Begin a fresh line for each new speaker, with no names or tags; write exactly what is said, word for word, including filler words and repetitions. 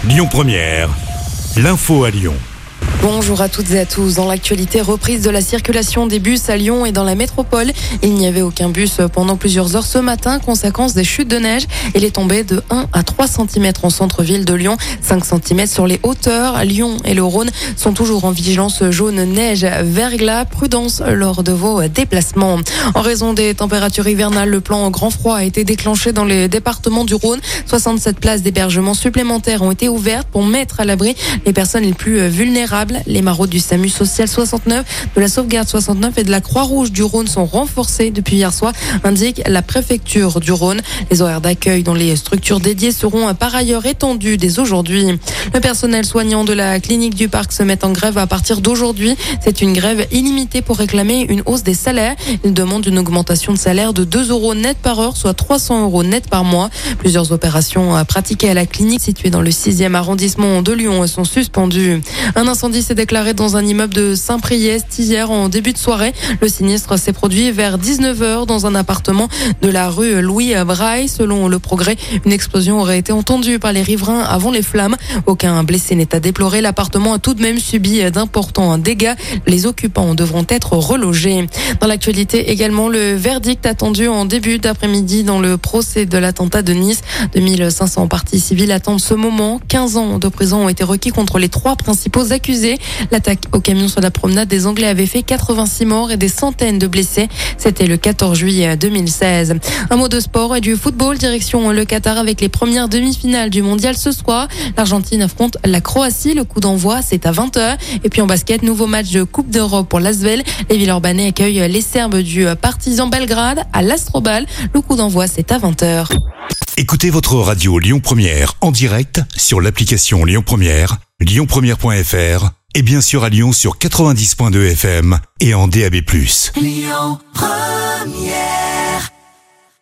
Lyon Première, l'info à Lyon.
Bonjour à toutes et à tous. Dans l'actualité, reprise de la circulation des bus à Lyon et dans la métropole. Il n'y avait aucun bus pendant plusieurs heures ce matin, conséquence des chutes de neige. Il est tombé de un à trois centimètres en centre-ville de Lyon, cinq centimètres sur les hauteurs. Lyon et le Rhône sont toujours en vigilance jaune neige verglas. Prudence lors de vos déplacements. En raison des températures hivernales, le plan grand froid a été déclenché dans les départements du Rhône. soixante-sept places d'hébergement supplémentaires ont été ouvertes pour mettre à l'abri les personnes les plus vulnérables. Les maraudes du SAMU social soixante-neuf, de la sauvegarde soixante-neuf et de la Croix-Rouge du Rhône sont renforcées depuis hier soir, indique la préfecture du Rhône. Les horaires d'accueil dans les structures dédiées seront par ailleurs étendus dès aujourd'hui. Le personnel soignant de la clinique du Parc se met en grève à partir d'aujourd'hui. C'est une grève illimitée pour réclamer une hausse des salaires. Ils demandent une augmentation de salaire de deux euros net par heure, soit trois cents euros net par mois. Plusieurs opérations pratiquées à la clinique située dans le sixième arrondissement de Lyon sont suspendues. Un incendie s'est déclaré dans un immeuble de Saint-Priest hier en début de soirée. Le sinistre s'est produit vers dix-neuf heures dans un appartement de la rue Louis Braille. Selon Le Progrès, une explosion aurait été entendue par les riverains avant les flammes. Aucun blessé n'est à déplorer. L'appartement a tout de même subi d'importants dégâts. Les occupants devront être relogés. Dans l'actualité également, le verdict attendu en début d'après-midi dans le procès de l'attentat de Nice. deux mille cinq cents parties civiles attendent ce moment. quinze ans de prison ont été requis contre les trois principaux accusés. L'attaque au camion sur la promenade des Anglais avait fait quatre-vingt-six morts et des centaines de blessés. C'était le quatorze juillet deux mille seize. Un mot de sport et du football, direction le Qatar avec les premières demi-finales du mondial ce soir. L'Argentine affronte la Croatie. Le coup d'envoi, c'est à vingt heures. Et puis en basket, nouveau match de Coupe d'Europe pour l'Asvel. Les Villeurbanais accueillent les Serbes du Partizan Belgrade à l'Astrobal. Le coup d'envoi, c'est à vingt heures.
Écoutez votre radio Lyon Première en direct sur l'application Lyon Première, lyon première point f r et bien sûr à Lyon sur quatre-vingt-dix point deux F M et en D A B plus.
Lyon Première.